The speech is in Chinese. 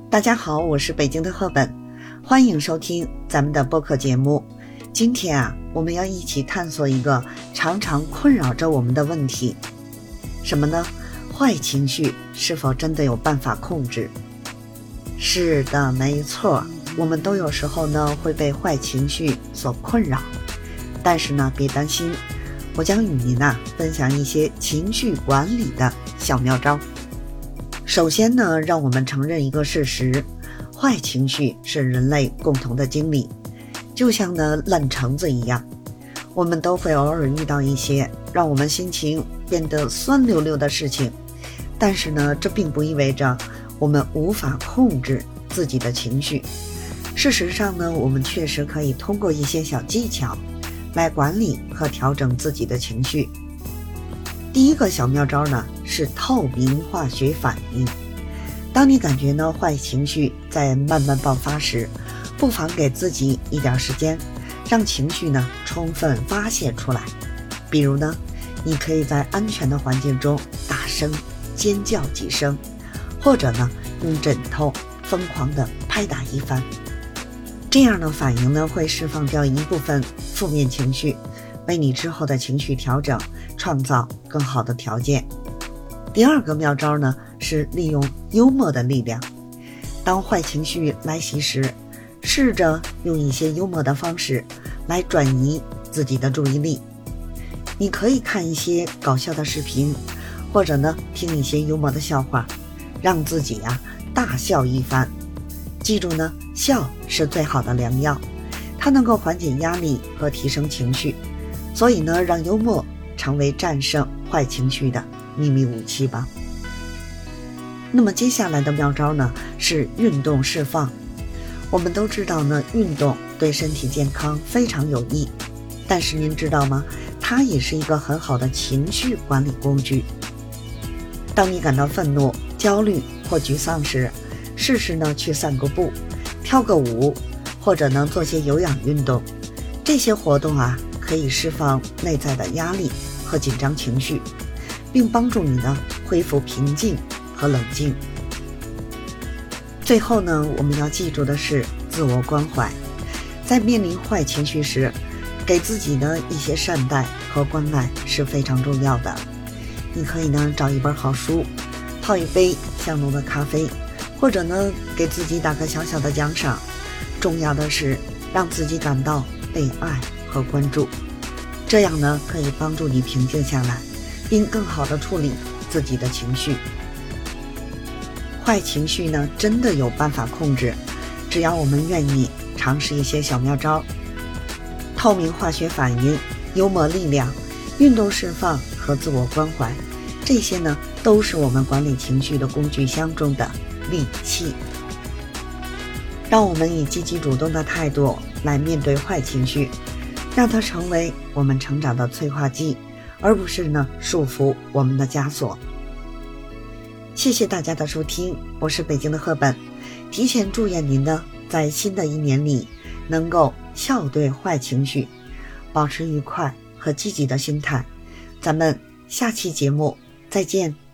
大家好，我是北京的赫本，欢迎收听咱们的播客节目。今天我们要一起探索一个常常困扰着我们的问题，什么呢？坏情绪是否真的有办法控制？是的，没错，我们都有时候呢会被坏情绪所困扰，但是呢别担心，我将与您分享一些情绪管理的小妙招。首先呢，让我们承认一个事实，坏情绪是人类共同的经历，就像烂橙子一样，我们都会偶尔遇到一些让我们心情变得酸溜溜的事情，但是呢，这并不意味着我们无法控制自己的情绪。事实上呢，我们确实可以通过一些小技巧来管理和调整自己的情绪。第一个小妙招呢是透明化学反应。当你感觉坏情绪在慢慢爆发时，不妨给自己一点时间，让情绪充分发泄出来。比如你可以在安全的环境中大声尖叫几声，或者用枕头疯狂地拍打一番。这样的反应会释放掉一部分负面情绪，为你之后的情绪调整创造更好的条件。第二个妙招是利用幽默的力量。当坏情绪来袭时，试着用一些幽默的方式来转移自己的注意力。你可以看一些搞笑的视频，或者听一些幽默的笑话，让自己大笑一番。记住笑是最好的良药，它能够缓解压力和提升情绪，所以让幽默成为战胜坏情绪的秘密武器吧。那么接下来的妙招是运动释放。我们都知道运动对身体健康非常有益，但是您知道吗？它也是一个很好的情绪管理工具。当你感到愤怒、焦虑或沮丧时，试试去散个步，跳个舞，或者做些有氧运动。这些活动可以释放内在的压力和紧张情绪，并帮助你恢复平静和冷静。最后我们要记住的是自我关怀。在面临坏情绪时，给自己一些善待和关爱是非常重要的。你可以找一本好书，泡一杯香浓的咖啡，或者给自己打个小小的奖赏。重要的是让自己感到被爱和关注，这样可以帮助你平静下来，并更好地处理自己的情绪。坏情绪真的有办法控制，只要我们愿意尝试一些小妙招。透明化学反应、幽默力量、运动释放和自我关怀，这些都是我们管理情绪的工具箱中的利器。让我们以积极主动的态度来面对坏情绪，让它成为我们成长的催化剂，而不是束缚我们的枷锁。谢谢大家的收听，我是北京的赫本，提前祝愿您在新的一年里能够笑对坏情绪，保持愉快和积极的心态。咱们下期节目再见。